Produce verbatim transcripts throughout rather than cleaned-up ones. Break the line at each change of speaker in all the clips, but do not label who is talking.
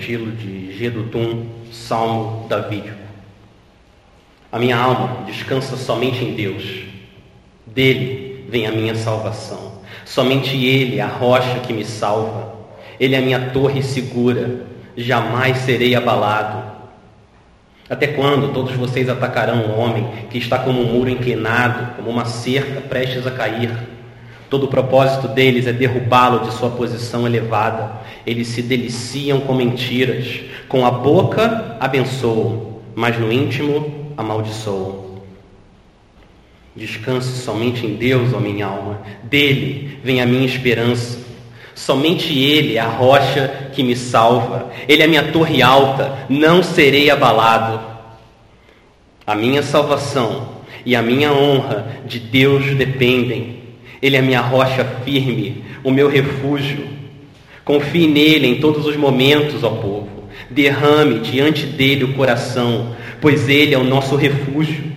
estilo de Jedutum, salmo davídico. A minha alma descansa somente em Deus. Dele vem a minha salvação. Somente Ele é a rocha que me salva. Ele é a minha torre segura. Jamais serei abalado. Até quando todos vocês atacarão o homem que está como um muro inclinado, como uma cerca prestes a cair? Todo o propósito deles é derrubá-lo de sua posição elevada. Eles se deliciam com mentiras. Com a boca abençoam, mas no íntimo amaldiçoam. Descanse somente em Deus, ó minha alma. Dele vem a minha esperança. Somente Ele é a rocha que me salva. Ele é a minha torre alta. Não serei abalado. A minha salvação e a minha honra de Deus dependem. Ele é a minha rocha firme, o meu refúgio. Confie nele em todos os momentos, ó povo. Derrame diante dele o coração, pois ele é o nosso refúgio.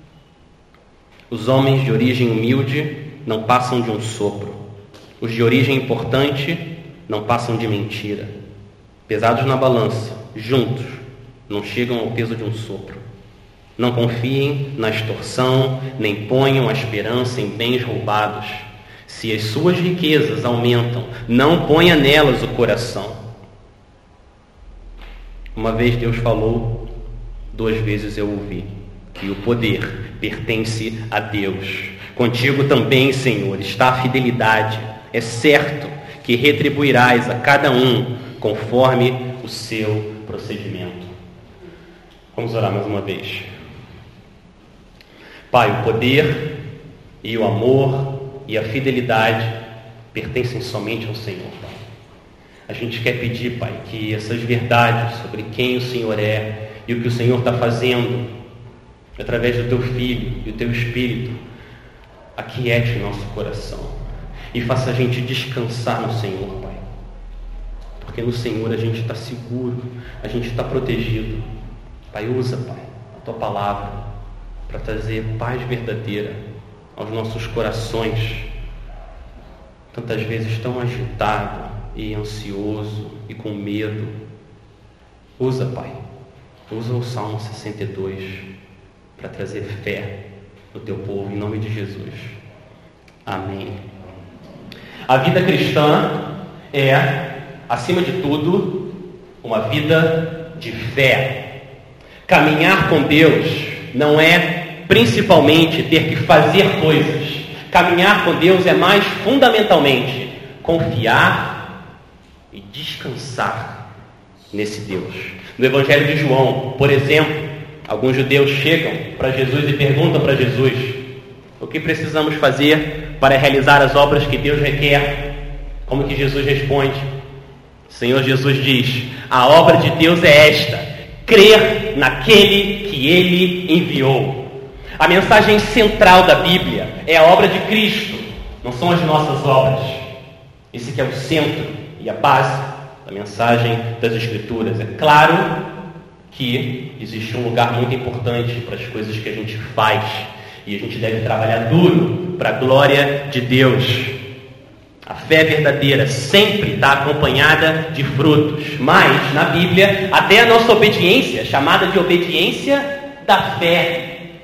Os homens de origem humilde não passam de um sopro. Os de origem importante não passam de mentira. Pesados na balança, juntos, não chegam ao peso de um sopro. Não confiem na extorsão, nem ponham a esperança em bens roubados. Se as suas riquezas aumentam, não ponha nelas o coração. Uma vez Deus falou, duas vezes eu ouvi, que o poder pertence a Deus. Contigo também, Senhor, está a fidelidade. É certo que retribuirás a cada um conforme o seu procedimento. Vamos orar mais uma vez. Pai, o poder e o amor e a fidelidade pertencem somente ao Senhor, Pai. A gente quer pedir, Pai, que essas verdades sobre quem o Senhor é e o que o Senhor está fazendo através do Teu Filho e do Teu Espírito aquiete nosso coração e faça a gente descansar no Senhor, Pai. Porque no Senhor a gente está seguro, a gente está protegido. Pai, usa, Pai, a Tua palavra para trazer paz verdadeira aos nossos corações, tantas vezes tão agitado e ansioso e com medo. Usa, Pai, usa o Salmo sessenta e dois para trazer fé no Teu povo, em nome de Jesus. Amém. A vida cristã é, acima de tudo, uma vida de fé. Caminhar com Deus não é principalmente ter que fazer coisas. Caminhar com Deus é mais fundamentalmente confiar e descansar nesse Deus. No Evangelho de João, por exemplo, alguns judeus chegam para Jesus e perguntam para Jesus: o que precisamos fazer para realizar as obras que Deus requer? Como que Jesus responde? O Senhor Jesus diz: a obra de Deus é esta, crer naquele que Ele enviou. A mensagem central da Bíblia é a obra de Cristo, não são as nossas obras. Esse que é o centro e a base da mensagem das Escrituras. É claro que existe um lugar muito importante para as coisas que a gente faz, e a gente deve trabalhar duro para a glória de Deus. A fé verdadeira sempre está acompanhada de frutos, mas na Bíblia até a nossa obediência, chamada de obediência da fé.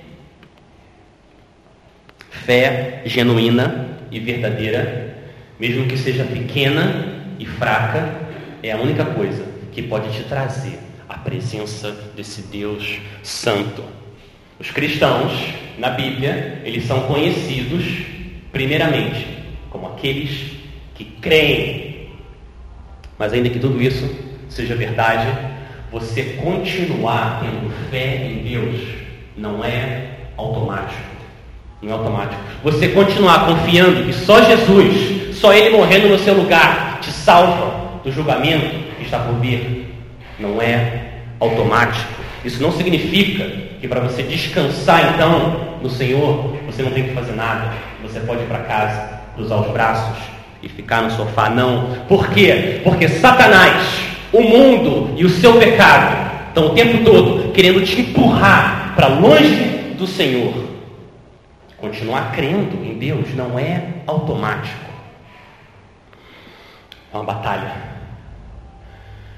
Fé genuína e verdadeira, mesmo que seja pequena e fraca, é a única coisa que pode te trazer a presença desse Deus santo. Os cristãos, na Bíblia, eles são conhecidos, primeiramente, como aqueles que creem. Mas ainda que tudo isso seja verdade, você continuar tendo fé em Deus não é automático. Não é automático. Você continuar confiando que só Jesus, só Ele morrendo no seu lugar, te salva do julgamento que está por vir, não é automático. Isso não significa que para você descansar então no Senhor, você não tem que fazer nada. Você pode ir para casa, cruzar os braços e ficar no sofá. Não. Por quê? Porque Satanás, o mundo e o seu pecado estão o tempo todo querendo te empurrar para longe do Senhor. Continuar crendo em Deus não é automático. É uma batalha.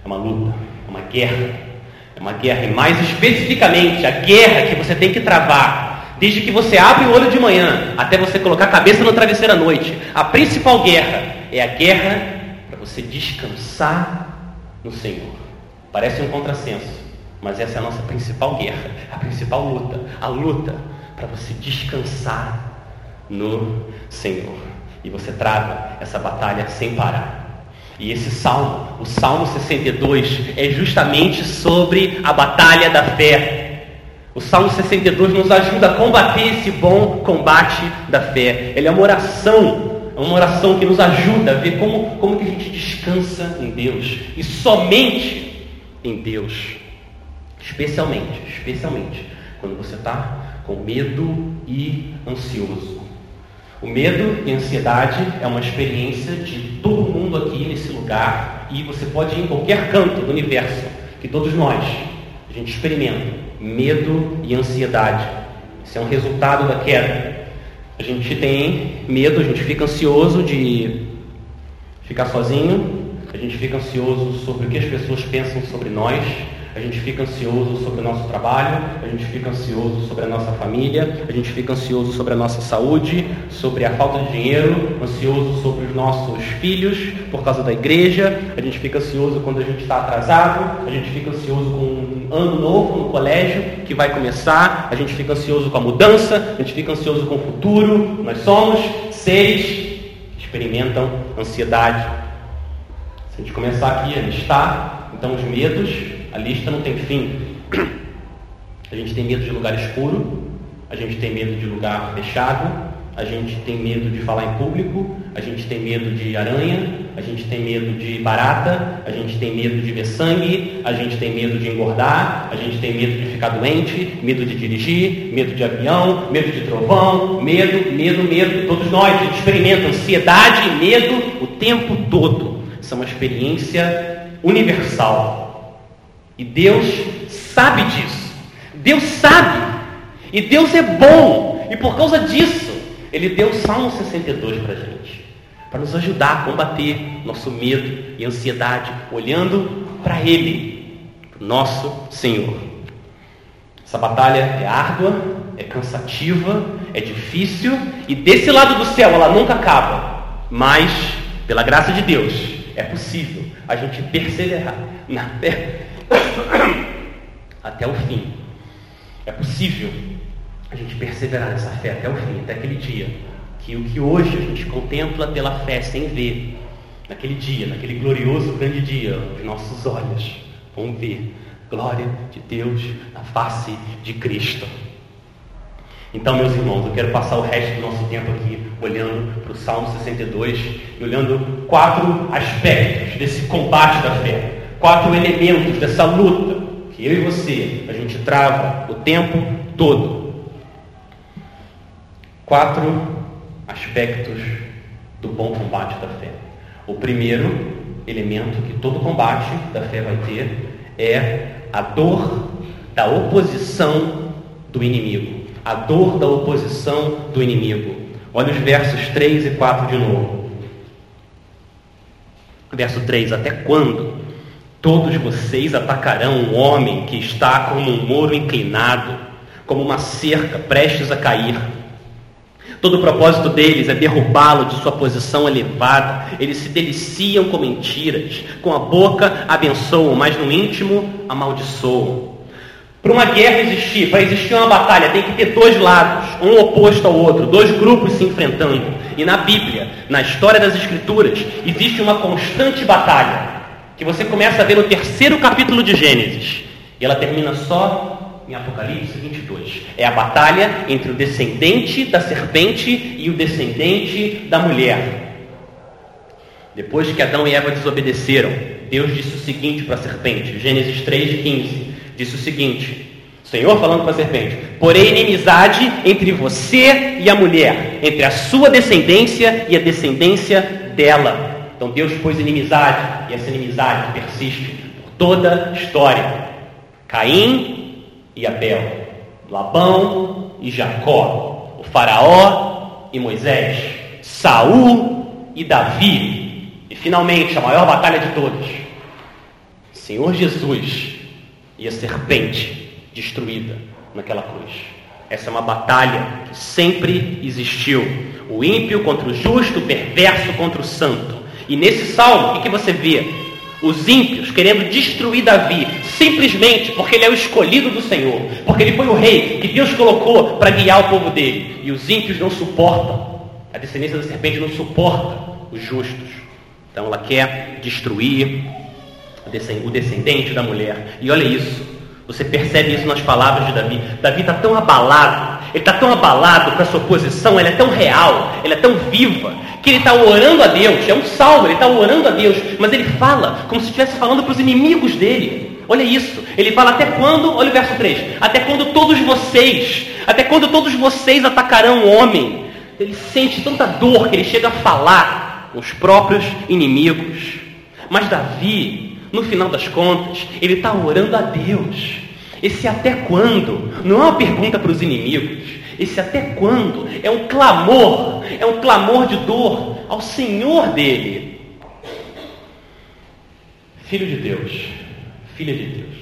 É uma luta, é uma guerra. É uma guerra, e mais especificamente, a guerra que você tem que travar, desde que você abre o olho de manhã, até você colocar a cabeça no travesseiro à noite. A principal guerra é a guerra para você descansar no Senhor. Parece um contrassenso, mas essa é a nossa principal guerra, a principal luta, a luta para você descansar no Senhor. E você trava essa batalha sem parar. E esse salmo, o Salmo sessenta e dois, é justamente sobre a batalha da fé. O Salmo sessenta e dois nos ajuda a combater esse bom combate da fé. Ele é uma oração, é uma oração que nos ajuda a ver como, como que a gente descansa em Deus. E somente em Deus. Especialmente, especialmente, quando você está com medo e ansioso. O medo e a ansiedade é uma experiência de todo mundo aqui nesse lugar, e você pode ir em qualquer canto do universo, que todos nós, a gente experimenta medo e ansiedade. Isso é um resultado da queda. A gente tem medo, a gente fica ansioso de ficar sozinho, a gente fica ansioso sobre o que as pessoas pensam sobre nós, a gente fica ansioso sobre o nosso trabalho, a gente fica ansioso sobre a nossa família, a gente fica ansioso sobre a nossa saúde, sobre a falta de dinheiro, ansioso sobre os nossos filhos por causa da igreja, a gente fica ansioso quando a gente está atrasado, a gente fica ansioso com um ano novo no colégio que vai começar, a gente fica ansioso com a mudança, a gente fica ansioso com o futuro. Nós somos seres que experimentam ansiedade. Se a gente começar aqui a listar, então os medos, a lista não tem fim. A gente tem medo de lugar escuro, a gente tem medo de lugar fechado, a gente tem medo de falar em público, a gente tem medo de aranha, a gente tem medo de barata, a gente tem medo de ver sangue, a gente tem medo de engordar, a gente tem medo de ficar doente, medo de dirigir, medo de avião, medo de trovão, medo, medo, medo. Todos nós, a gente experimenta ansiedade e medo o tempo todo. Isso é uma experiência universal. E Deus sabe disso. Deus sabe. E Deus é bom. E por causa disso, Ele deu o Salmo sessenta e dois para a gente. Para nos ajudar a combater nosso medo e ansiedade, olhando para Ele, nosso Senhor. Essa batalha é árdua, é cansativa, é difícil. E desse lado do céu ela nunca acaba. Mas, pela graça de Deus, é possível a gente perseverar na fé até o fim. É possível a gente perseverar nessa fé até o fim, até aquele dia que o que hoje a gente contempla pela fé sem ver, naquele dia, naquele glorioso grande dia, os nossos olhos vão ver glória de Deus na face de Cristo. Então, meus irmãos, eu quero passar o resto do nosso tempo aqui olhando para o Salmo sessenta e dois e olhando quatro aspectos desse combate da fé, quatro elementos dessa luta que eu e você, a gente trava o tempo todo. Quatro aspectos do bom combate da fé. O primeiro elemento que todo combate da fé vai ter é a dor da oposição do inimigo. A dor da oposição do inimigo. Olha os versos três e quatro de novo. Verso três. Até quando todos vocês atacarão um homem que está como um muro inclinado, como uma cerca prestes a cair? Todo o propósito deles é derrubá-lo de sua posição elevada. Eles se deliciam com mentiras. Com a boca abençoam, mas no íntimo amaldiçoam. Para uma guerra existir, para existir uma batalha, tem que ter dois lados, um oposto ao outro, dois grupos se enfrentando. E na Bíblia, na história das Escrituras, existe uma constante batalha, que você começa a ver no terceiro capítulo de Gênesis. E ela termina só em Apocalipse vinte e dois. É a batalha entre o descendente da serpente e o descendente da mulher. Depois que Adão e Eva desobedeceram, Deus disse o seguinte para a serpente, Gênesis três, quinze. Disse o seguinte, o Senhor falando para a serpente: porém inimizade entre você e a mulher, entre a sua descendência e a descendência dela. Então Deus pôs inimizade, e essa inimizade persiste por toda a história. Caim e Abel, Labão e Jacó, o faraó e Moisés, Saul e Davi, e finalmente a maior batalha de todas, Senhor Jesus e a serpente destruída naquela cruz. Essa é uma batalha que sempre existiu. O ímpio contra o justo, o perverso contra o santo. E nesse salmo, o que, que você vê? Os ímpios querendo destruir Davi, simplesmente porque ele é o escolhido do Senhor, porque ele foi o rei que Deus colocou para guiar o povo dele. E os ímpios não suportam, a descendência da serpente não suporta os justos. Então ela quer destruir o descendente da mulher. E olha isso, você percebe isso nas palavras de Davi. Davi está tão abalado, ele está tão abalado com a sua posição, ela é tão real, ela é tão viva, que ele está orando a Deus. É um salmo, ele está orando a Deus, mas ele fala como se estivesse falando para os inimigos dele. Olha isso, ele fala: até quando, olha o verso três, até quando todos vocês, até quando todos vocês atacarão o homem? Ele sente tanta dor que ele chega a falar com os próprios inimigos. Mas Davi, no final das contas, ele está orando a Deus. Esse até quando não é uma pergunta para os inimigos. Esse até quando é um clamor, é um clamor de dor ao Senhor dele. Filho de Deus, filha de Deus,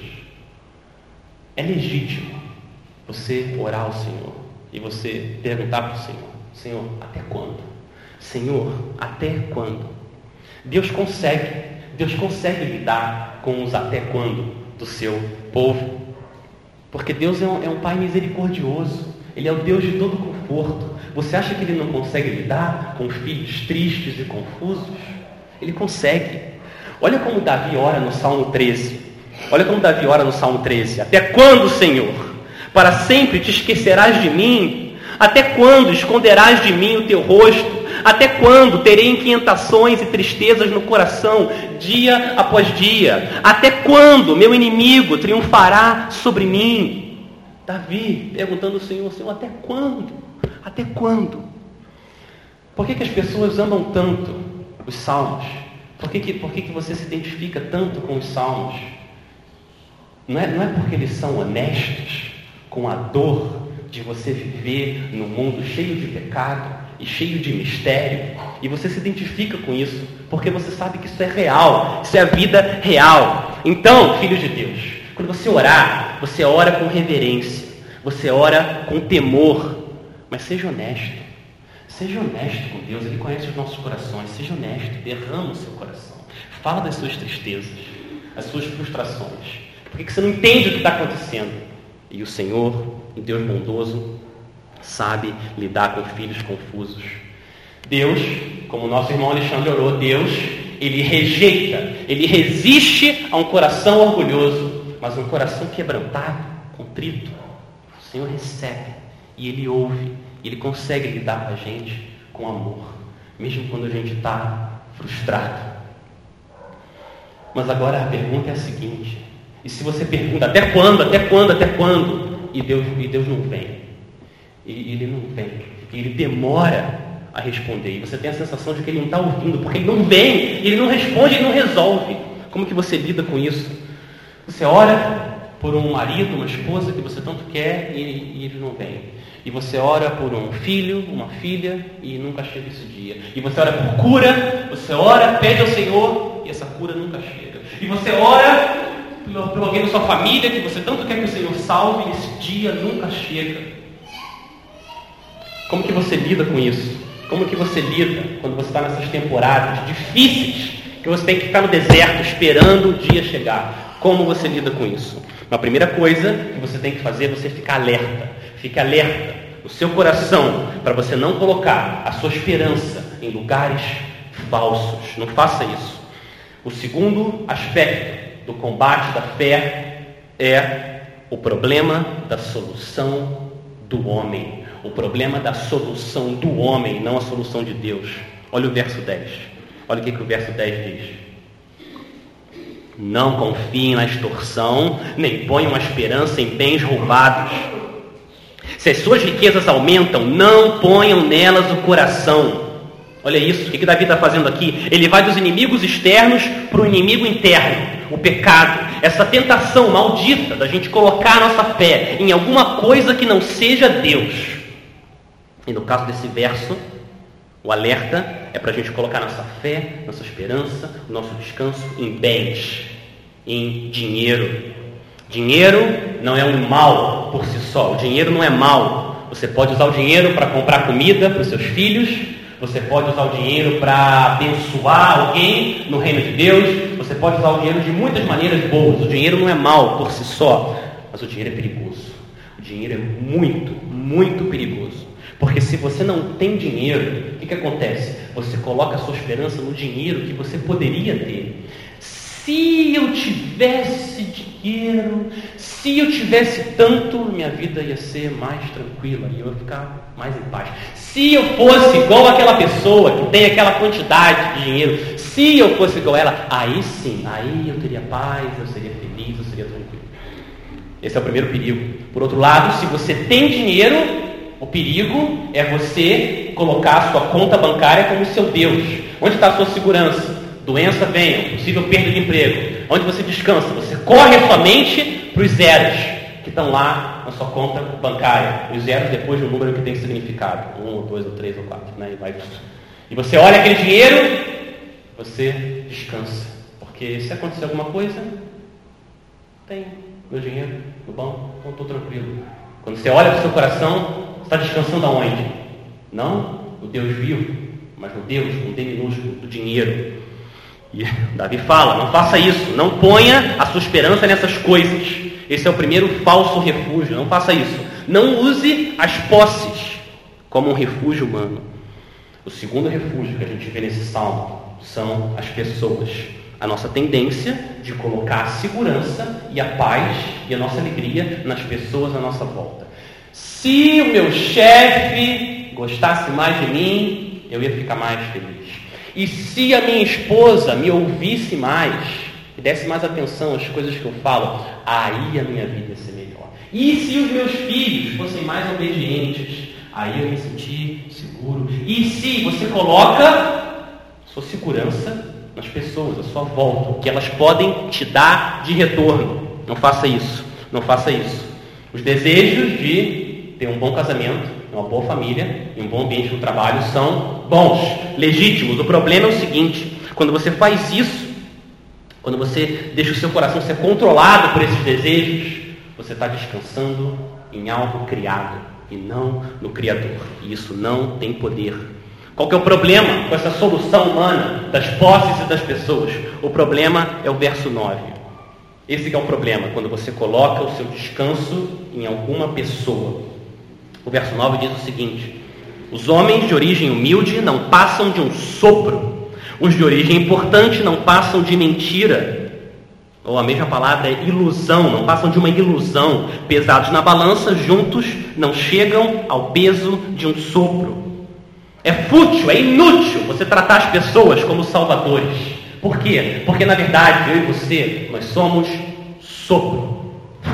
é legítimo você orar ao Senhor e você perguntar para o Senhor: Senhor, até quando? Senhor, até quando? Deus consegue, Deus consegue lidar com os até quando do seu povo, porque Deus é um, é um Pai misericordioso. Ele é o Deus de todo conforto. Você acha que Ele não consegue lidar com filhos tristes e confusos? Ele consegue. Olha como Davi ora no Salmo treze. Olha como Davi ora no Salmo treze. Até quando, Senhor? Para sempre te esquecerás de mim? Até quando esconderás de mim o teu rosto? Até quando terei inquietações e tristezas no coração, dia após dia? Até quando meu inimigo triunfará sobre mim? Davi perguntando ao Senhor: Senhor, até quando? Até quando? Por que que as pessoas amam tanto os salmos? Por que que, por que que você se identifica tanto com os salmos? Não é, não é porque eles são honestos com a dor de você viver num mundo cheio de pecado e cheio de mistério, e você se identifica com isso, porque você sabe que isso é real, isso é a vida real. Então, filhos de Deus, quando você orar, você ora com reverência, você ora com temor, mas seja honesto, seja honesto com Deus. Ele conhece os nossos corações. Seja honesto, derrama o seu coração, fala das suas tristezas, as suas frustrações, porque você não entende o que está acontecendo, e o Senhor, o Deus bondoso, sabe lidar com filhos confusos. Deus, como o nosso irmão Alexandre orou, Deus, Ele rejeita, Ele resiste a um coração orgulhoso, mas um coração quebrantado, contrito, o Senhor recebe, e Ele ouve, Ele consegue lidar com a gente com amor, mesmo quando a gente está frustrado. Mas agora a pergunta é a seguinte: e se você pergunta até quando, até quando, até quando, e Deus, e Deus não vem, e Ele não vem, e Ele demora a responder, e você tem a sensação de que Ele não está ouvindo, porque Ele não vem, Ele não responde, Ele não resolve. Como que você lida com isso? Você ora por um marido, uma esposa que você tanto quer, e, e ele não vem. E você ora por um filho, uma filha, e nunca chega esse dia. E você ora por cura, você ora, pede ao Senhor, e essa cura nunca chega. E você ora por, por alguém da sua família que você tanto quer que o Senhor salve, e esse dia nunca chega. Como que você lida com isso? Como que você lida quando você está nessas temporadas difíceis, que você tem que ficar no deserto esperando o dia chegar? Como você lida com isso? A primeira coisa que você tem que fazer é você ficar alerta. Fique alerta no seu coração para você não colocar a sua esperança em lugares falsos. Não faça isso. O segundo aspecto do combate da fé é o problema da solução do homem. O problema da solução do homem, não a solução de Deus. Olha o verso dez. Olha o que, que o verso dez diz. Não confiem na extorsão, nem ponham a esperança em bens roubados. Se as suas riquezas aumentam, não ponham nelas o coração. Olha isso, o que, que Davi está fazendo aqui? Ele vai dos inimigos externos para o inimigo interno, o pecado, essa tentação maldita da gente colocar a nossa fé em alguma coisa que não seja Deus. E no caso desse verso, o alerta é para a gente colocar nossa fé, nossa esperança, o nosso descanso em bens. em dinheiro. Dinheiro não é um mal por si só. O dinheiro não é mal. Você pode usar o dinheiro para comprar comida para os seus filhos. Você pode usar o dinheiro para abençoar alguém no reino de Deus. Você pode usar o dinheiro de muitas maneiras boas. O dinheiro não é mal por si só, mas o dinheiro é perigoso. O dinheiro é muito, muito perigoso. Porque se você não tem dinheiro, o que, que acontece? Você coloca a sua esperança no dinheiro que você poderia ter. Se eu tivesse dinheiro, se eu tivesse tanto, minha vida ia ser mais tranquila e eu ia ficar mais em paz. Se eu fosse igual aquela pessoa que tem aquela quantidade de dinheiro, se eu fosse igual ela, aí sim, aí eu teria paz, eu seria feliz, eu seria tranquilo. Esse é o primeiro perigo. Por outro lado, se você tem dinheiro, o perigo é você colocar a sua conta bancária como seu Deus. Onde está a sua segurança? Doença vem, possível perda de emprego. Onde você descansa? Você corre a sua mente para os zeros que estão lá na sua conta bancária. Os zeros depois de um número que tem significado. Um, ou dois, ou três, ou quatro. Né? E, vai... e você olha aquele dinheiro, você descansa. Porque se acontecer alguma coisa, tem meu dinheiro no banco, então estou tranquilo. Quando você olha para o seu coração, você está descansando aonde? Não no Deus vivo, mas no Deus, um D minúsculo, do dinheiro. E Davi fala, não faça isso, não ponha a sua esperança nessas coisas. Esse é o primeiro falso refúgio, não faça isso. Não use as posses como um refúgio humano. O segundo refúgio que a gente vê nesse salmo são as pessoas. A nossa tendência de colocar a segurança e a paz e a nossa alegria nas pessoas à nossa volta. Se o meu chefe gostasse mais de mim, eu ia ficar mais feliz. E se a minha esposa me ouvisse mais e desse mais atenção às coisas que eu falo, aí a minha vida ia ser melhor. E se os meus filhos fossem mais obedientes, aí eu ia me sentir seguro. E se você coloca sua segurança nas pessoas, à sua volta, o que elas podem te dar de retorno. Não faça isso, não faça isso. Os desejos de ter um bom casamento, uma boa família e um bom ambiente no trabalho são bons, legítimos. O problema é o seguinte: quando você faz isso, quando você deixa o seu coração ser controlado por esses desejos, você está descansando em algo criado e não no Criador. E isso não tem poder. Qual que é o problema com essa solução humana das posses e das pessoas? O problema é o verso nove. Esse que é o problema, quando você coloca o seu descanso em alguma pessoa. O verso nove diz o seguinte: os homens de origem humilde não passam de um sopro, os de origem importante não passam de mentira, ou a mesma palavra é ilusão, não passam de uma ilusão, pesados na balança, juntos não chegam ao peso de um sopro. É fútil, é inútil você tratar as pessoas como salvadores. Por quê? Porque na verdade, eu e você, nós somos sopro.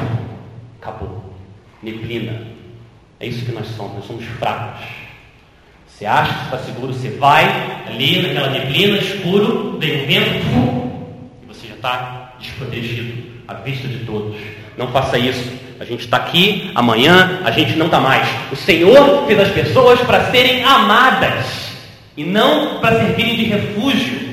Acabou. Neblina. É isso que nós somos, nós somos fracos. Você acha que está seguro, você vai ali naquela neblina, escuro, vem um vento, e você já está desprotegido, à vista de todos. Não faça isso. A gente está aqui, amanhã a gente não está mais. O Senhor fez as pessoas para serem amadas, e não para servirem de refúgio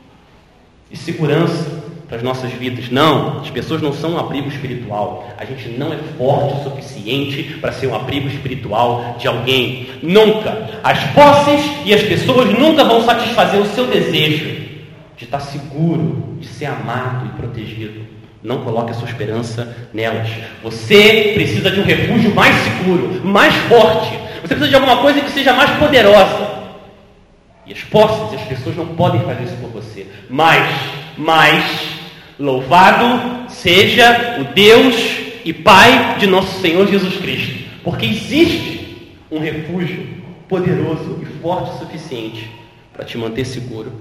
e segurança para as nossas vidas. Não, as pessoas não são um abrigo espiritual. A gente não é forte o suficiente para ser um abrigo espiritual de alguém. Nunca. As posses e as pessoas nunca vão satisfazer o seu desejo de estar seguro, de ser amado e protegido. Não coloque a sua esperança nelas. Você precisa de um refúgio mais seguro, mais forte. Você precisa de alguma coisa que seja mais poderosa. E as posses e as pessoas não podem fazer isso por você. Mas, mas... louvado seja o Deus e Pai de nosso Senhor Jesus Cristo, porque existe um refúgio poderoso e forte o suficiente para te manter seguro.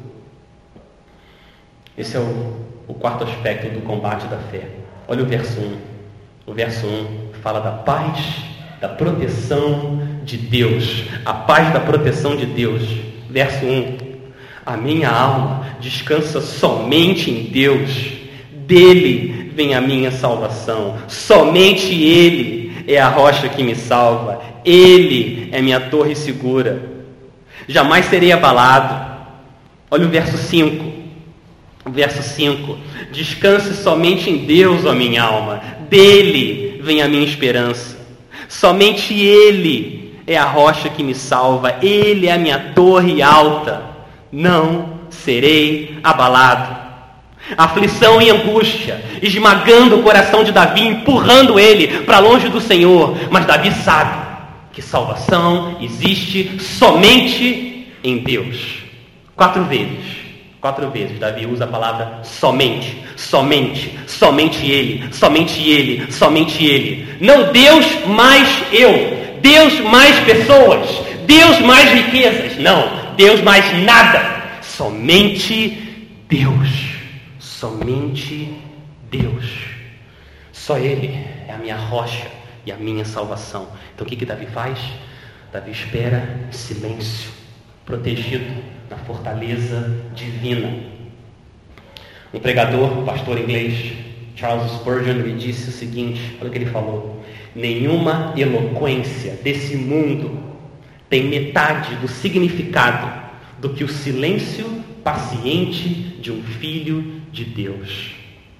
Esse é o, o quarto aspecto do combate da fé. Olha o verso um. O verso um fala da paz, da proteção de Deus. A paz da proteção de Deus. Verso um. A minha alma descansa somente em Deus. Dele vem a minha salvação. Somente Ele é a rocha que me salva. Ele é minha torre segura. Jamais serei abalado. Olha o verso cinco. Verso cinco. Descanse somente em Deus, ó minha alma. Dele vem a minha esperança. Somente Ele é a rocha que me salva. Ele é a minha torre alta. Não serei abalado. Aflição e angústia, esmagando o coração de Davi, empurrando ele para longe do Senhor. Mas Davi sabe que salvação existe somente em Deus. Quatro vezes. Quatro vezes Davi usa a palavra somente, somente, somente Ele, somente Ele, somente Ele. Não Deus mais eu, Deus mais pessoas, Deus mais riquezas. Não, Deus mais nada. Somente Deus, somente Deus. Só Ele é a minha rocha e a minha salvação. Então o que que Davi faz? Davi espera em silêncio, protegido na fortaleza divina. Um pregador, um pastor inglês, Charles Spurgeon, me disse o seguinte, olha o que ele falou: nenhuma eloquência desse mundo tem metade do significado do que o silêncio paciente de um filho de Deus.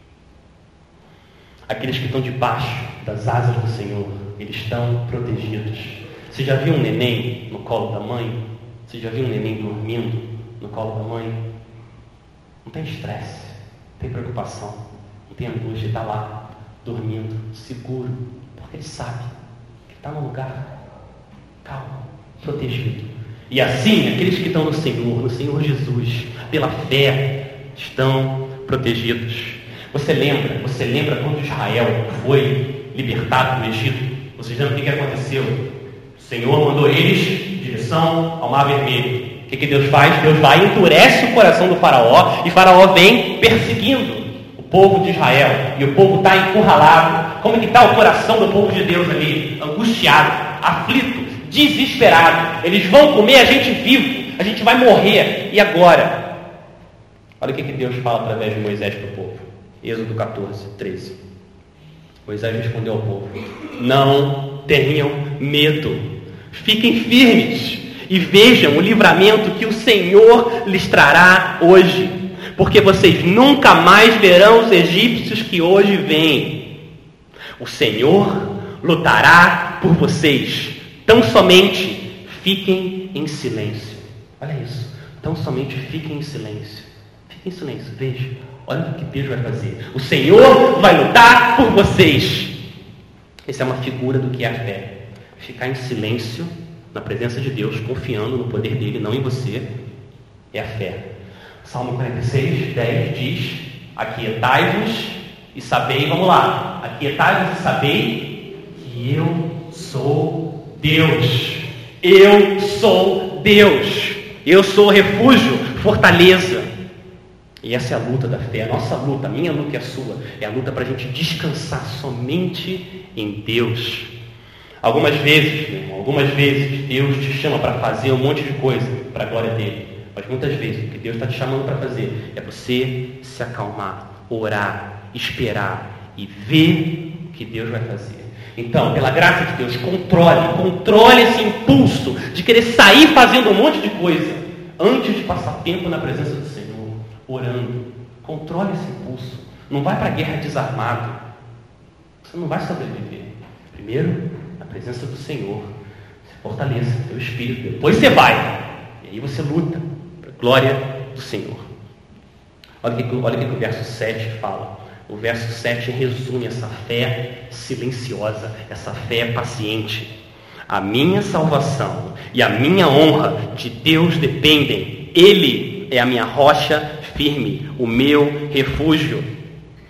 Aqueles que estão debaixo das asas do Senhor, eles estão protegidos. Você já viu um neném no colo da mãe? Você já viu um neném dormindo no colo da mãe? Não tem estresse, não tem preocupação, não tem angústia, está lá, dormindo, seguro, porque ele sabe que está num lugar calmo, protegido. E assim, aqueles que estão no Senhor, no Senhor Jesus, pela fé, estão protegidos. Você lembra, você lembra quando Israel foi libertado do Egito? Vocês lembram o que aconteceu? O Senhor mandou eles em direção ao Mar Vermelho. O que, que Deus faz? Deus vai e endurece o coração do faraó, e faraó vem perseguindo o povo de Israel, e o povo está encurralado. Como é que está o coração do povo de Deus ali? Angustiado, aflito, desesperado. Eles vão comer a gente vivo, a gente vai morrer. E agora? Olha o que, que Deus fala através de Moisés para o povo. Êxodo catorze, treze. Moisés respondeu ao povo: não tenham medo, fiquem firmes e vejam o livramento que o Senhor lhes trará hoje, porque vocês nunca mais verão os egípcios que hoje vêm. O Senhor lutará por vocês. Tão somente fiquem em silêncio. Olha isso. Tão somente fiquem em silêncio. Fiquem em silêncio. Veja. Olha o que Deus vai fazer. O Senhor vai lutar por vocês. Essa é uma figura do que é a fé. Ficar em silêncio na presença de Deus, confiando no poder dele, não em você, é a fé. Salmo quarenta e seis, dez diz: aquietai-vos e sabei, vamos lá, aquietai-vos e sabei que eu sou Deus. Eu sou Deus. Eu sou refúgio, fortaleza. E essa é a luta da fé, a nossa luta, a minha luta e a sua, é a luta para a gente descansar somente em Deus. Algumas vezes, meu irmão, algumas vezes Deus te chama para fazer um monte de coisa para a glória dele. Mas muitas vezes o que Deus está te chamando para fazer é você se acalmar, orar, esperar e ver o que Deus vai fazer. Então, pela graça de Deus, controle, controle esse impulso de querer sair fazendo um monte de coisa antes de passar tempo na presença do Senhor, orando. Controle esse impulso. Não vai para a guerra desarmado. Você não vai sobreviver. Primeiro, na presença do Senhor, você fortaleça o teu espírito. Depois você vai. E aí você luta para a glória do Senhor. Olha o que, olha o que o verso sete fala. O verso sete resume essa fé silenciosa, essa fé paciente. A minha salvação e a minha honra de Deus dependem. Ele é a minha rocha firme, o meu refúgio.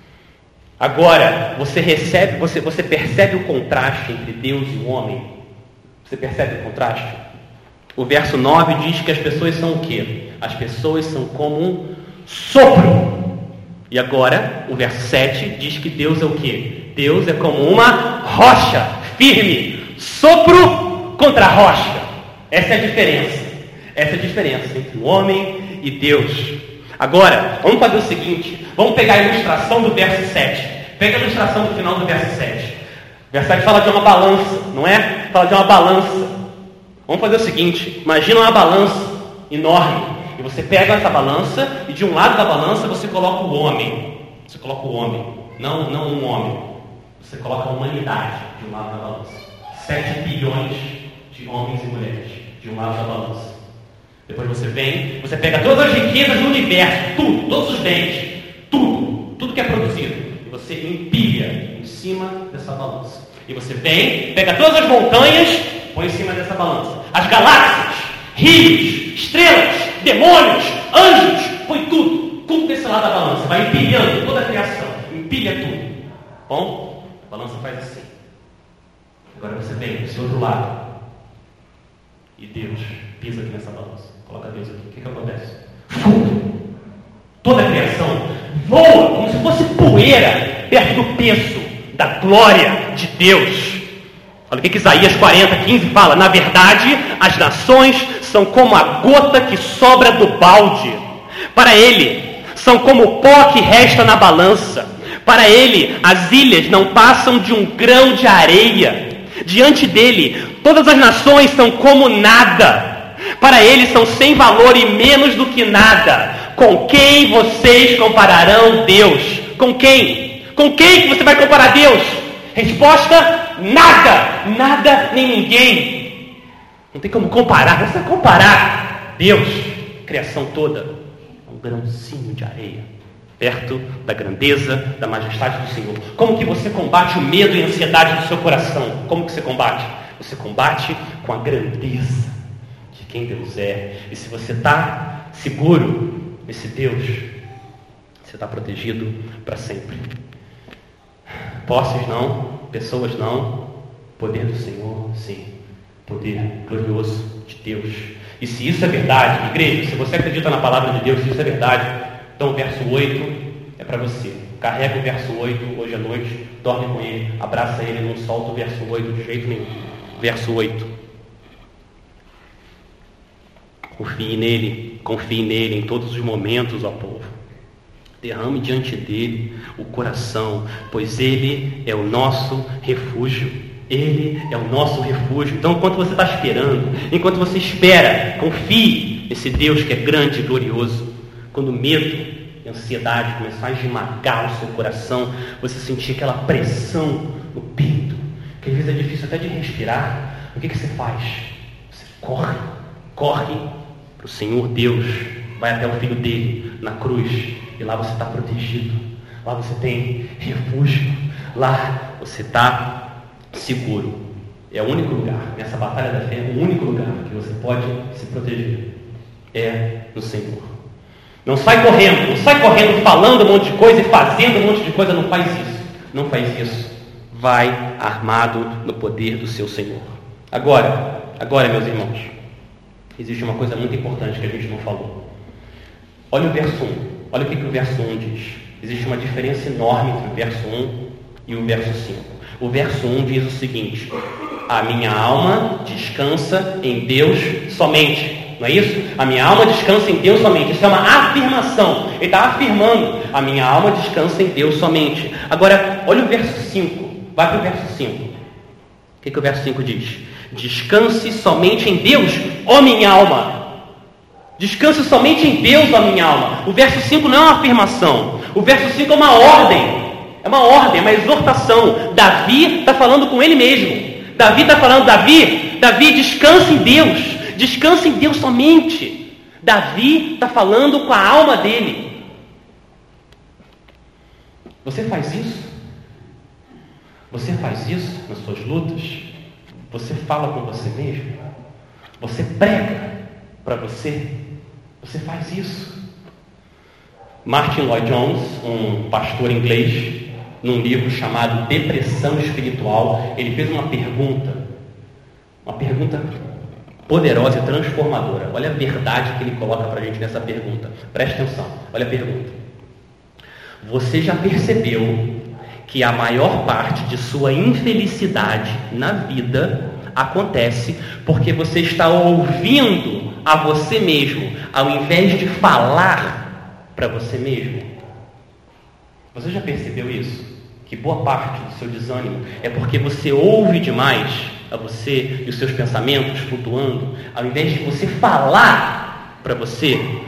Agora, você recebe, você, você percebe o contraste entre Deus e o homem? Você percebe o contraste? O verso nove diz que as pessoas são o quê? As pessoas são como um sopro. E agora, o verso sete diz que Deus é o quê? Deus é como uma rocha firme. Sopro contra a rocha. Essa é a diferença. Essa é a diferença entre o homem e Deus. Agora, vamos fazer o seguinte. Vamos pegar a ilustração do verso sete. Pega a ilustração do final do verso sete. O verso sete fala de uma balança, não é? Fala de uma balança. Vamos fazer o seguinte. Imagina uma balança enorme. E você pega essa balança e de um lado da balança você coloca o homem. Você coloca o homem, não, não um homem. Você coloca a humanidade de um lado da balança. Sete bilhões de homens e mulheres de um lado da balança. Depois você vem, você pega todas as riquezas do universo, tudo, todos os bens, tudo, tudo que é produzido, e você empilha em cima dessa balança. E você vem, pega todas as montanhas, põe em cima dessa balança. As galáxias, rios, estrelas, demônios, anjos, põe tudo, tudo desse lado da balança. Vai empilhando toda a criação, empilha tudo. Bom, a balança faz assim. Agora você vem desse outro lado. E Deus pisa aqui nessa balança. Coloca Deus aqui. O que, que acontece? Fundo. Toda a criação voa como se fosse poeira perto do peso da glória de Deus. Olha o que, que Isaías quarenta, quinze fala. Na verdade, as nações são como a gota que sobra do balde. Para ele, são como o pó que resta na balança. Para ele, as ilhas não passam de um grão de areia. Diante dele, todas as nações são como nada. Para ele são sem valor e menos do que nada. Com quem vocês compararão Deus? Com quem? Com quem que você vai comparar Deus? Resposta: nada. Nada nem ninguém. Não tem como comparar. Você vai comparar Deus, criação toda, um grãozinho de areia, perto da grandeza, da majestade do Senhor. Como que você combate o medo e a ansiedade do seu coração? Como que você combate? Você combate com a grandeza de quem Deus é. E se você está seguro nesse Deus, você está protegido para sempre. Posses não, pessoas não, poder do Senhor, sim. Poder glorioso de Deus. E se isso é verdade, igreja, se você acredita na palavra de Deus, se isso é verdade, então o verso oito é para você. Carrega o verso oito hoje à noite, dorme com ele, abraça ele, não solta o verso oito de jeito nenhum. Verso oito. Confie nele, confie nele em todos os momentos, ó povo. Derrame diante dele o coração, pois ele é o nosso refúgio. Ele é o nosso refúgio. Então, enquanto você está esperando, enquanto você espera, confie nesse Deus que é grande e glorioso. Quando o medo e a ansiedade começar a esmagar o seu coração, você sentir aquela pressão no peito, que às vezes é difícil até de respirar, o que, que você faz? Você corre, corre para o Senhor Deus, vai até o Filho dele na cruz, e lá você está protegido, lá você tem refúgio, lá você está seguro. É o único lugar, nessa batalha da fé, é o único lugar que você pode se proteger, é no Senhor. Não sai correndo, não sai correndo falando um monte de coisa e fazendo um monte de coisa, não faz isso, não faz isso. Vai armado no poder do seu Senhor. Agora, agora meus irmãos, existe uma coisa muito importante que a gente não falou. Olha o verso um, olha o que, que o verso um diz. Existe uma diferença enorme entre o verso um e o verso cinco. O verso um diz o seguinte: a minha alma descansa em Deus somente. Não é isso? A minha alma descansa em Deus somente. Isso é uma afirmação. Ele está afirmando: a minha alma descansa em Deus somente. Agora, olha o verso cinco. Vai para o verso cinco. O que, que o verso cinco diz? Descanse somente em Deus, ó minha alma. Descanse somente em Deus, ó minha alma. O verso cinco não é uma afirmação. O verso cinco é uma ordem. É uma ordem, é uma exortação. Davi está falando com ele mesmo. Davi está falando, Davi, Davi, descanse em Deus. Descanse em Deus somente. Davi está falando com a alma dele. Você faz isso? Você faz isso nas suas lutas? Você fala com você mesmo? Você prega para você? Você faz isso? Martin Lloyd-Jones, um pastor inglês, num livro chamado Depressão Espiritual, ele fez uma pergunta, uma pergunta poderosa e transformadora. Olha a verdade que ele coloca para a gente nessa pergunta. Preste atenção, olha a pergunta. Você já percebeu que a maior parte de sua infelicidade na vida acontece porque você está ouvindo a você mesmo, ao invés de falar para você mesmo? Você já percebeu isso? Que boa parte do seu desânimo é porque você ouve demais a você e os seus pensamentos flutuando, ao invés de você falar para você.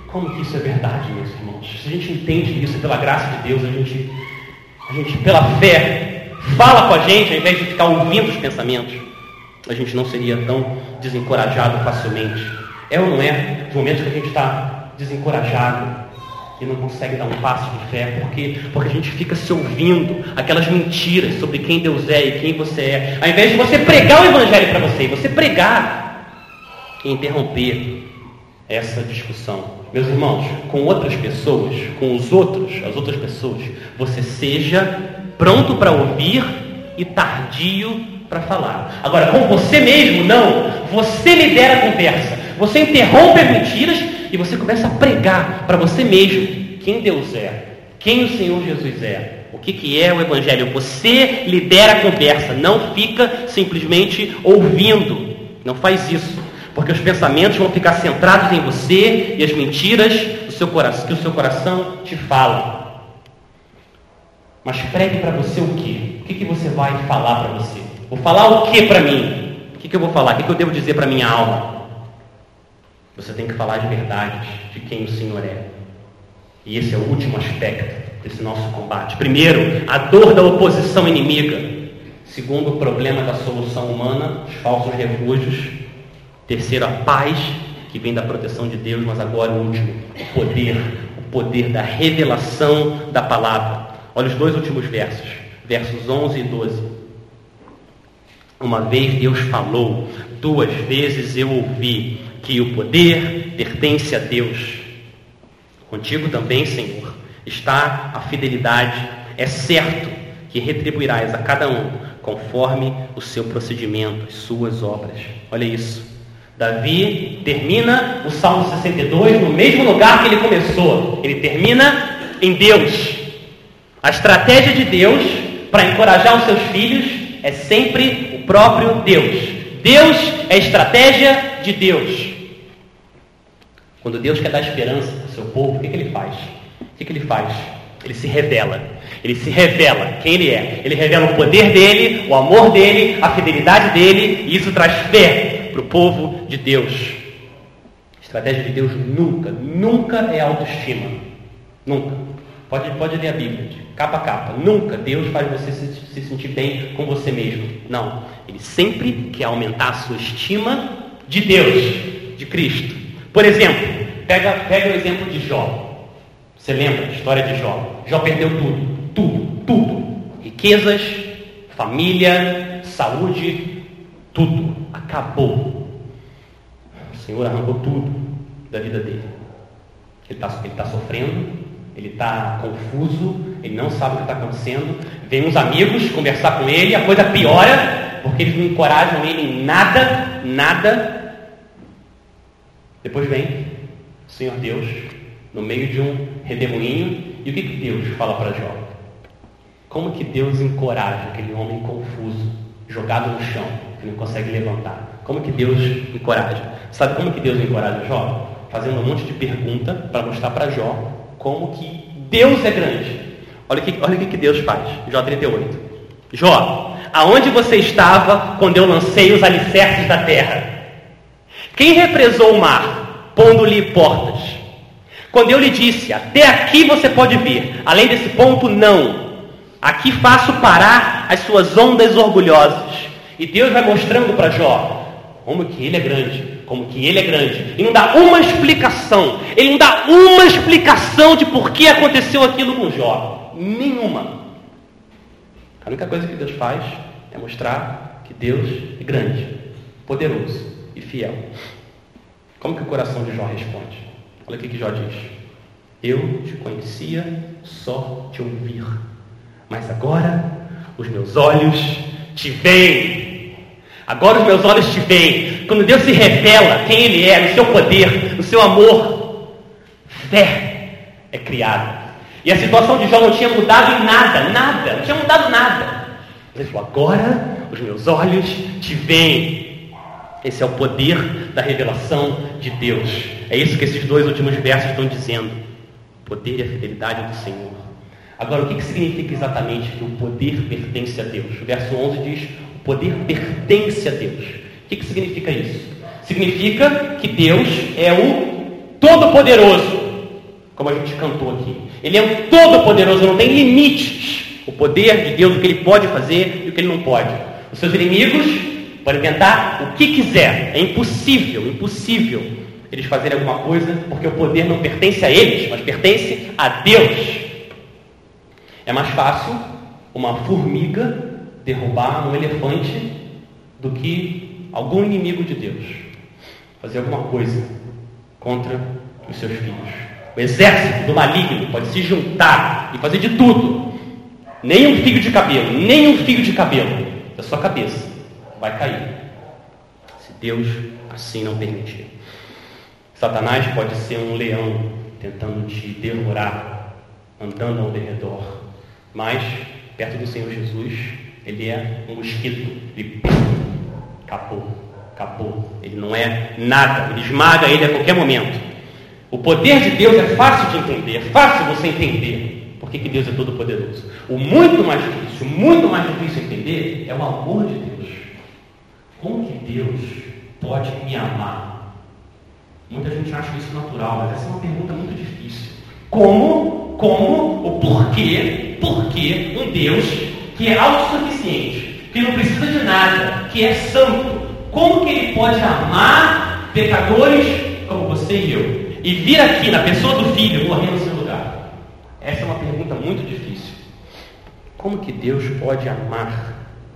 Como que isso é verdade, meus irmãos? Se a gente entende isso pela graça de Deus, a gente, a gente pela fé, fala com a gente, ao invés de ficar ouvindo os pensamentos, a gente não seria tão desencorajado facilmente. É ou não é? Os momentos que a gente está desencorajado e não consegue dar um passo de fé, porque, porque a gente fica se ouvindo aquelas mentiras sobre quem Deus é e quem você é, ao invés de você pregar o Evangelho para você, você pregar e interromper essa discussão. Meus irmãos, com outras pessoas, com os outros, as outras pessoas, você seja pronto para ouvir e tardio para falar. Agora, com você mesmo, não. Você lidera a conversa. Você interrompe as mentiras e você começa a pregar para você mesmo quem Deus é, quem o Senhor Jesus é, o que, que é o Evangelho. Você lidera a conversa, não fica simplesmente ouvindo. Não faz isso, porque os pensamentos vão ficar centrados em você e as mentiras do seu coração, que o seu coração te fala. Mas pregue para você o quê? O que, que você vai falar para você? Vou falar o que para mim? O que, que eu vou falar? O que, que eu devo dizer para minha alma? Você tem que falar de verdade, de quem o Senhor é. E esse é o último aspecto desse nosso combate. Primeiro, a dor da oposição inimiga. Segundo, o problema da solução humana, os falsos refúgios. Terceiro, a paz que vem da proteção de Deus. Mas agora o último, o poder, o poder da revelação da palavra. Olha os dois últimos versos, versos onze e doze. Uma vez Deus falou, duas vezes eu ouvi, que o poder pertence a Deus. Contigo também, Senhor, está a fidelidade. É certo que retribuirás a cada um conforme o seu procedimento, as suas obras. Olha isso. Davi termina o Salmo sessenta e dois no mesmo lugar que ele começou. Ele termina em Deus. A estratégia de Deus para encorajar os seus filhos é sempre o próprio Deus. Deus é a estratégia de Deus. Quando Deus quer dar esperança para o seu povo, o que, que ele faz? O que, que ele faz? Ele se revela. Ele se revela quem ele é. Ele revela o poder dele, o amor dele, a fidelidade dele, e isso traz fé para o povo de Deus. A estratégia de Deus nunca, nunca é autoestima. Nunca. Pode, pode ler a Bíblia, de capa a capa. Nunca Deus faz você se, se sentir bem com você mesmo. Não. Ele sempre quer aumentar a sua estima de Deus, de Cristo. Por exemplo, pega, pega o exemplo de Jó. Você lembra a história de Jó? Jó perdeu tudo. Tudo, tudo. Riquezas, família, saúde, tudo. Acabou. O Senhor arrancou tudo da vida dele. Ele está ele tá sofrendo. Ele está confuso, ele não sabe o que está acontecendo. Vem uns amigos conversar com ele, a coisa piora, porque eles não encorajam ele em nada, nada. Depois vem o Senhor Deus, no meio de um redemoinho, e o que, que Deus fala para Jó? Como que Deus encoraja aquele homem confuso, jogado no chão, que não consegue levantar? Como que Deus encoraja? Sabe como que Deus encoraja Jó? Fazendo um monte de pergunta para mostrar para Jó como que Deus é grande. Olha o que, olha o que Deus faz. Jó trinta e oito. Jó, aonde você estava quando eu lancei os alicerces da terra? Quem represou o mar, pondo-lhe portas? Quando eu lhe disse, até aqui você pode vir, além desse ponto, não. Aqui faço parar as suas ondas orgulhosas. E Deus vai mostrando para Jó como que ele é grande. Como que ele é grande. E não dá uma explicação. Ele não dá uma explicação de por que aconteceu aquilo com Jó. Nenhuma. A única coisa que Deus faz é mostrar que Deus é grande, poderoso e fiel. Como que o coração de Jó responde? Olha o que Jó diz. Eu te conhecia só te ouvir, mas agora os meus olhos te veem. Agora os meus olhos te veem. Quando Deus se revela quem Ele é, no seu poder, no seu amor, fé é criada. E a situação de Jó não tinha mudado em nada, nada, não tinha mudado nada. Ele falou, agora os meus olhos te veem. Esse é o poder da revelação de Deus. É isso que esses dois últimos versos estão dizendo. O poder e a fidelidade do Senhor. Agora, o que significa exatamente que o poder pertence a Deus? O verso onze diz, o poder pertence a Deus. O que significa isso? Significa que Deus é o Todo-Poderoso. como a gente cantou aqui. Ele é um todo-poderoso, não tem limites. O poder de Deus, o que Ele pode fazer e o que Ele não pode. Os seus inimigos podem tentar o que quiser. É impossível, impossível eles fazerem alguma coisa, porque o poder não pertence a eles, mas pertence a Deus. É mais fácil uma formiga derrubar um elefante do que algum inimigo de Deus fazer alguma coisa contra os seus filhos. O exército do maligno pode se juntar e fazer de tudo. Nem um fio de cabelo, nem um fio de cabelo da sua cabeça vai cair, se Deus assim não permitir. Satanás pode ser um leão tentando te devorar, andando ao derredor, mas perto do Senhor Jesus, ele é um mosquito. Ele acabou, acabou. Ele não é nada, ele esmaga ele a qualquer momento. O poder de Deus é fácil de entender, é fácil você entender por que que Deus é todo poderoso. O muito mais difícil, muito mais difícil entender é o amor de Deus. Como que Deus pode me amar? Muita gente acha isso natural, mas essa é uma pergunta muito difícil. Como, como, o porquê, porquê um Deus que é autossuficiente, que não precisa de nada, que é santo, como que Ele pode amar pecadores como você e eu? E vir aqui na pessoa do Filho morrer no seu lugar? Essa é uma pergunta muito difícil. Como que Deus pode amar?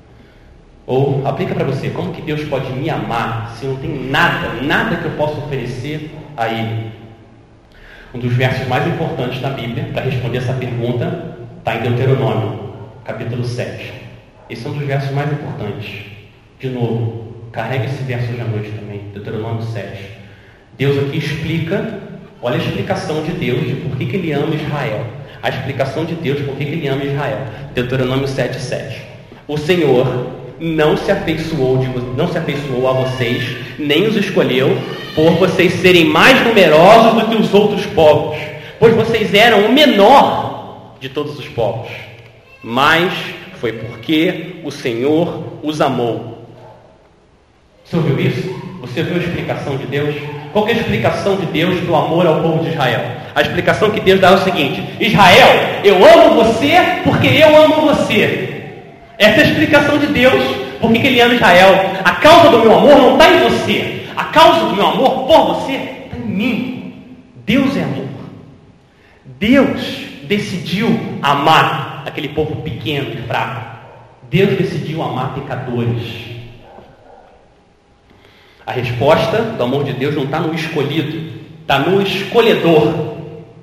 Ou, aplica para você, como que Deus pode me amar se não tem nada, nada que eu possa oferecer a Ele? Um dos versos mais importantes da Bíblia para responder essa pergunta está em Deuteronômio, capítulo sete. Esse é um dos versos mais importantes. De novo, carrega esse verso hoje à noite também, Deuteronômio sete. Deus aqui explica, olha a explicação de Deus de por que que Ele ama Israel. A explicação de Deus por que que Ele ama Israel. Deuteronômio sete, sete. O Senhor não se afeiçoou, de, não se afeiçoou a vocês, nem os escolheu, por vocês serem mais numerosos do que os outros povos, pois vocês eram o menor de todos os povos. Mas foi porque o Senhor os amou. Você ouviu isso? Você viu a explicação de Deus? Qual que é a explicação de Deus do amor ao povo de Israel? A explicação que Deus dá é o seguinte: Israel, eu amo você porque eu amo você. Essa é a explicação de Deus. Por que que Ele ama Israel? A causa do meu amor não está em você. A causa do meu amor por você está em mim. Deus é amor. Deus decidiu amar aquele povo pequeno e fraco. Deus decidiu amar pecadores. A resposta do amor de Deus não está no escolhido, está no escolhedor.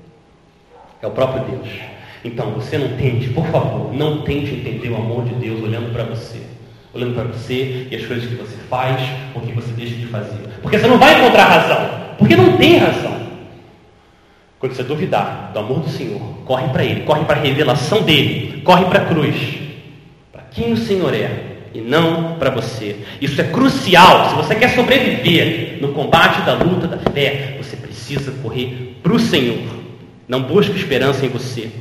É o próprio Deus. Então, você não tente, por favor, não tente entender o amor de Deus olhando para você. Olhando para você e as coisas que você faz ou que você deixa de fazer. Porque você não vai encontrar razão. Porque não tem razão. Quando você duvidar do amor do Senhor, corre para Ele, corre para a revelação dEle, corre para a cruz. Para quem o Senhor é e não para você. Isso é crucial. Se você quer sobreviver no combate da luta da fé, você precisa correr para o Senhor. Não busque esperança em você.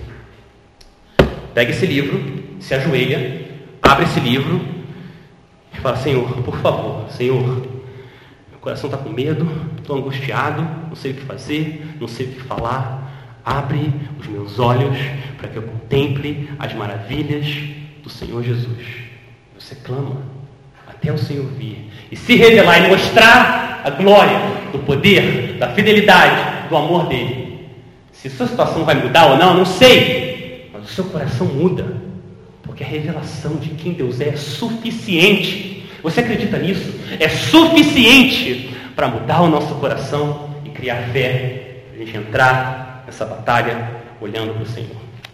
Pega esse livro, se ajoelha, abre esse livro e fala: Senhor, por favor, Senhor, meu coração está com medo, estou angustiado, não sei o que fazer, não sei o que falar. Abre os meus olhos para que eu contemple as maravilhas do Senhor Jesus. Você clama até o Senhor vir e se revelar e mostrar a glória do poder, da fidelidade, do amor dele. Se sua situação vai mudar ou não, não sei. Mas o seu coração muda, porque a revelação de quem Deus é é suficiente. Você acredita nisso? É suficiente para mudar o nosso coração e criar fé, para a gente entrar nessa batalha olhando para o Senhor.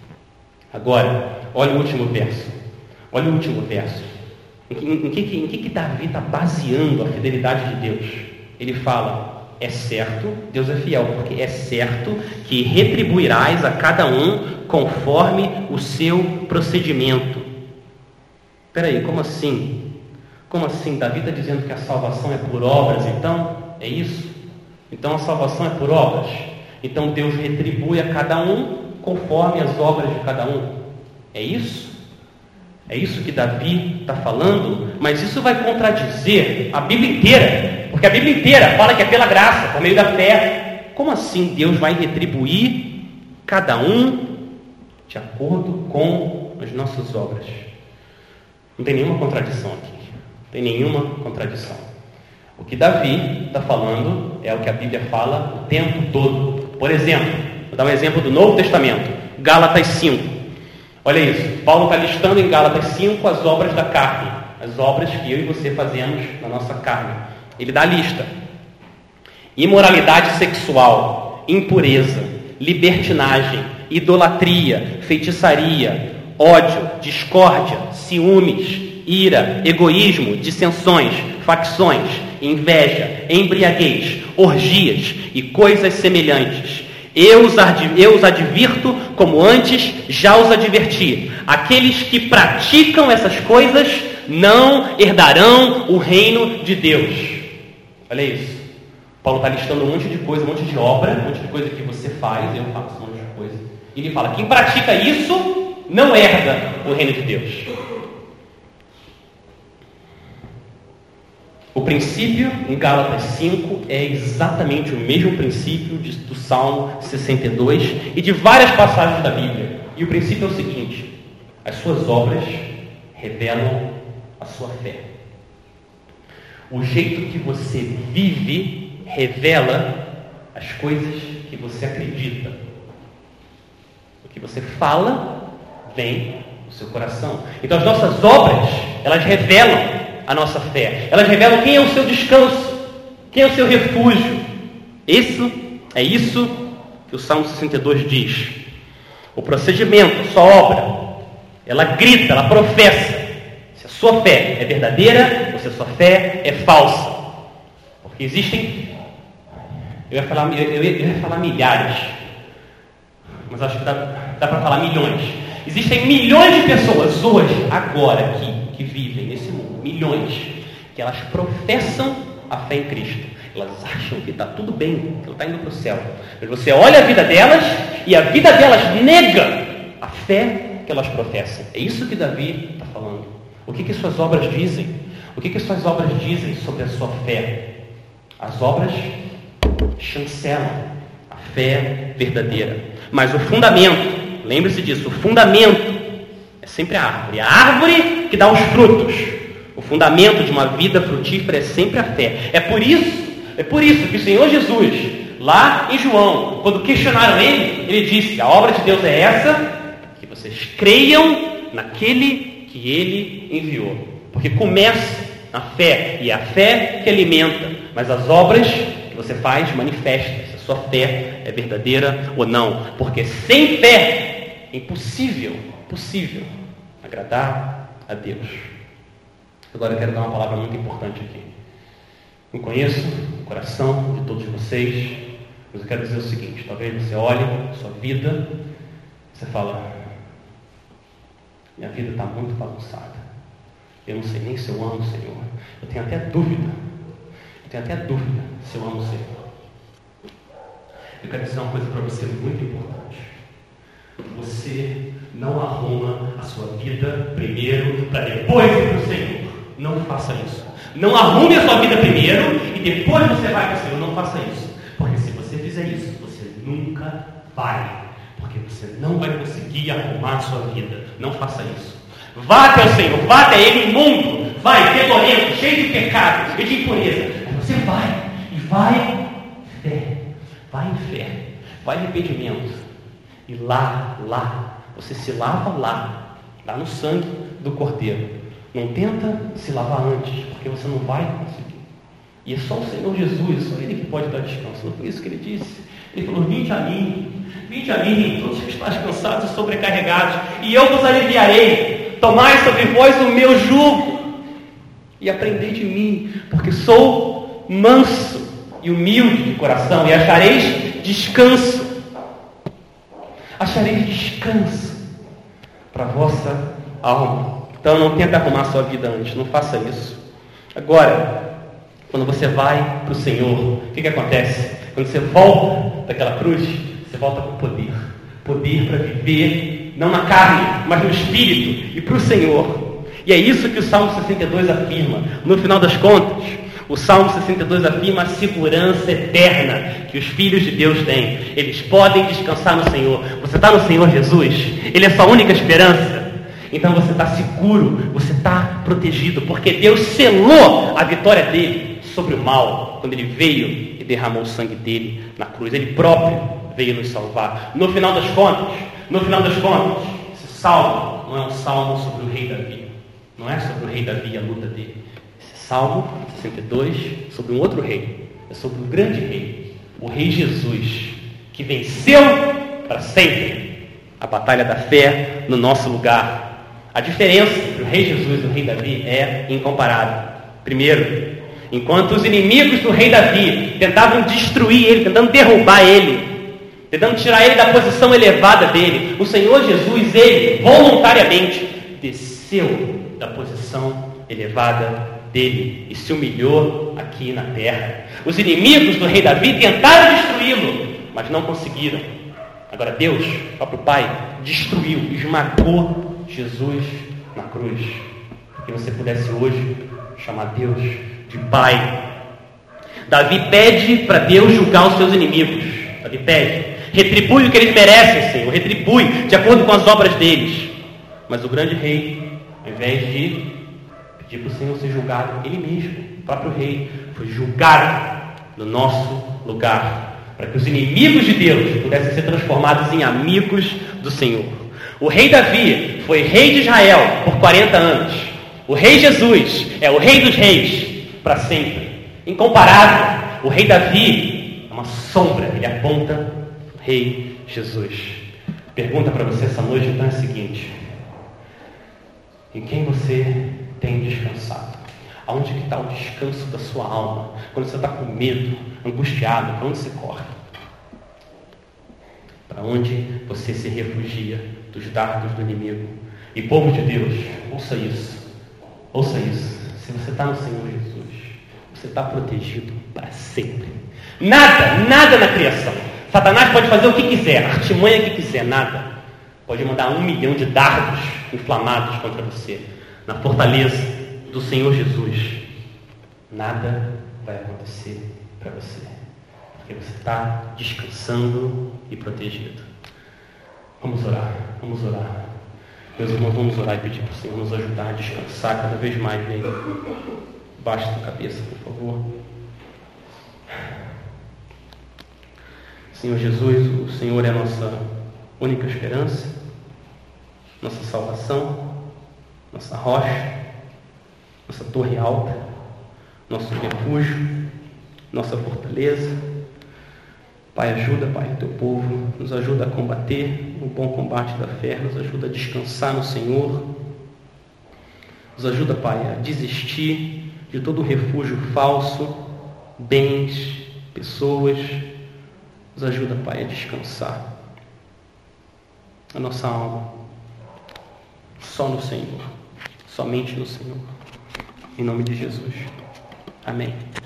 Agora, olha o último verso. Olha o último verso. Em que, em que, em que, que Davi está baseando a fidelidade de Deus? Ele fala: é certo, Deus é fiel, porque é certo que retribuirás a cada um conforme o seu procedimento. Espera aí, como assim? Como assim? Davi está dizendo que a salvação é por obras, então? É isso? Então a salvação é por obras? Então Deus retribui a cada um conforme as obras de cada um? É isso? É isso que Davi está falando? Mas isso vai contradizer a Bíblia inteira, porque a Bíblia inteira fala que é pela graça, por meio da fé. Como assim Deus vai retribuir cada um de acordo com as nossas obras. Não tem nenhuma contradição aqui. Não tem nenhuma contradição. O que Davi está falando é o que a Bíblia fala o tempo todo. Por exemplo, vou dar um exemplo do Novo Testamento. Gálatas cinco. Olha isso. Paulo está listando em Gálatas cinco as obras da carne. As obras que eu e você fazemos na nossa carne. Ele dá a lista. Imoralidade sexual, impureza, libertinagem, idolatria, feitiçaria, ódio, discórdia, ciúmes, ira, egoísmo, dissensões, facções, inveja, embriaguez, orgias e coisas semelhantes. Eu os, eu os advirto como antes já os adverti. Aqueles que praticam essas coisas não herdarão o reino de Deus. Olha isso. Paulo está listando um monte de coisa, um monte de obra, um monte de coisa que você faz, eu faço um monte de coisa. E ele fala, quem pratica isso não herda o reino de Deus. O princípio em Gálatas cinco é exatamente o mesmo princípio de, do Salmo sessenta e dois e de várias passagens da Bíblia. E o princípio é o seguinte: as suas obras revelam a sua fé. O jeito que você vive revela as coisas que você acredita. O que você fala vem do seu coração. Então as nossas obras, elas revelam a nossa fé. Elas revelam quem é o seu descanso, quem é o seu refúgio. Isso é isso que o Salmo sessenta e dois diz. O procedimento, a sua obra, ela grita, ela professa se a sua fé é verdadeira ou se a sua fé é falsa. Porque existem, eu ia falar, eu ia, eu ia falar milhares, mas acho que dá, dá para falar milhões. Existem milhões de pessoas hoje, agora aqui, que vivem nesse mundo, milhões, que elas professam a fé em Cristo. Elas acham que está tudo bem, que ela está indo para o céu. Mas você olha a vida delas e a vida delas nega a fé que elas professam. É isso que Davi está falando. O que que suas obras dizem? O que que suas obras dizem sobre a sua fé? As obras chancelam a fé verdadeira. Mas o fundamento, lembre-se disso, o fundamento é sempre a árvore. A árvore que dá os frutos. O fundamento de uma vida frutífera é sempre a fé. É por isso, é por isso que o Senhor Jesus, lá em João, quando questionaram ele, ele disse: a obra de Deus é essa, que vocês creiam naquele que ele enviou. Porque começa na fé, e é a fé que alimenta, mas as obras que você faz manifestam se a sua fé é verdadeira ou não. Porque sem fé é impossível, impossível agradar a Deus. Agora eu quero dar uma palavra muito importante aqui. Não conheço o coração de todos vocês, mas eu quero dizer o seguinte: talvez você olhe a sua vida, você fala: minha vida está muito bagunçada, eu não sei nem se eu amo o Senhor, eu tenho até dúvida, eu tenho até dúvida se eu amo o Senhor. Eu quero dizer uma coisa para você muito importante: você não arruma a sua vida primeiro para depois ir para o Senhor. Não faça isso. Não arrume a sua vida primeiro e depois você vai para o Senhor. Não faça isso. Porque se você fizer isso, você nunca vai. Porque você não vai conseguir arrumar a sua vida. Não faça isso. Vá até o Senhor. Vá até Ele imundo. Vai, fedorento, cheio de pecado e de impureza. Mas você vai. E vai em fé. Vai em fé. Vai em arrependimento. E lá, lá, você se lava lá. Lá no sangue do Cordeiro. Não tenta se lavar antes, porque você não vai conseguir. E é só o Senhor Jesus, só Ele que pode dar descanso. Não foi isso que Ele disse. Ele falou: vinde a mim, vinde a mim, todos que estáis cansados e sobrecarregados, e eu vos aliviarei. Tomai sobre vós o meu jugo, e aprendei de mim, porque sou manso e humilde de coração, e achareis descanso. Achareis descanso para a vossa alma. Então não tenta arrumar a sua vida antes, não faça isso. Agora, quando você vai para o Senhor, o que, que acontece? Quando você volta daquela cruz, você volta com poder. Poder para viver, não na carne, mas no Espírito, e para o Senhor. E é isso que o Salmo sessenta e dois afirma. No final das contas, O Salmo sessenta e dois afirma a segurança eterna que os filhos de Deus têm. Eles podem descansar no Senhor. Você está no Senhor Jesus? Ele é a sua única esperança. Então você está seguro, você está protegido, porque Deus selou a vitória dele sobre o mal, quando ele veio e derramou o sangue dele na cruz. Ele próprio veio nos salvar. No final das contas, no final das contas, esse salmo não é um salmo sobre o rei Davi. Não é sobre o rei Davi e a luta dele. Esse salmo sessenta e dois sobre um outro rei. É sobre um grande rei, o rei Jesus, que venceu para sempre a batalha da fé no nosso lugar. A diferença entre o rei Jesus e o rei Davi é incomparável. Primeiro, enquanto os inimigos do rei Davi tentavam destruir ele, tentando derrubar ele, tentando tirar ele da posição elevada dele, o Senhor Jesus, ele, voluntariamente, desceu da posição elevada dele e se humilhou aqui na terra. Os inimigos do rei Davi tentaram destruí-lo, mas não conseguiram. Agora Deus, o próprio Pai, destruiu, esmagou Jesus na cruz, que você pudesse hoje chamar Deus de Pai. Davi pede para Deus julgar os seus inimigos. Davi pede, retribui o que eles merecem, Senhor, retribui de acordo com as obras deles. Mas o grande rei, ao invés de pedir para o Senhor ser julgado, ele mesmo, o próprio rei, foi julgado no nosso lugar, para que os inimigos de Deus pudessem ser transformados em amigos do Senhor. O rei Davi foi rei de Israel por quarenta anos. O rei Jesus é o rei dos reis para sempre. Incomparável. O rei Davi é uma sombra, ele aponta o rei Jesus. Pergunta para você essa noite então é a seguinte: em quem você tem descansado? Aonde que está o descanso da sua alma? Quando você está com medo, angustiado, para onde você corre? Para onde você se refugia dos dardos do inimigo? E povo de Deus, ouça isso. Ouça isso. Se você está no Senhor Jesus, você está protegido para sempre. Nada, nada na criação. Satanás pode fazer o que quiser, a artimanha que quiser, nada. Pode mandar um milhão de dardos inflamados contra você. Na fortaleza do Senhor Jesus, nada vai acontecer para você, porque você está descansando e protegido. Vamos orar, vamos orar. Meus irmãos, vamos orar e pedir para o Senhor nos ajudar a descansar cada vez mais nele. Baixe sua cabeça, por favor. Senhor Jesus, o Senhor é a nossa única esperança, nossa salvação, nossa rocha, nossa torre alta, nosso refúgio, nossa fortaleza. Pai, ajuda, Pai, o teu povo, nos ajuda a combater o bom combate da fé, nos ajuda a descansar no Senhor, nos ajuda, Pai, a desistir de todo refúgio falso, bens, pessoas, nos ajuda, Pai, a descansar a nossa alma só no Senhor, somente no Senhor, em nome de Jesus. Amém.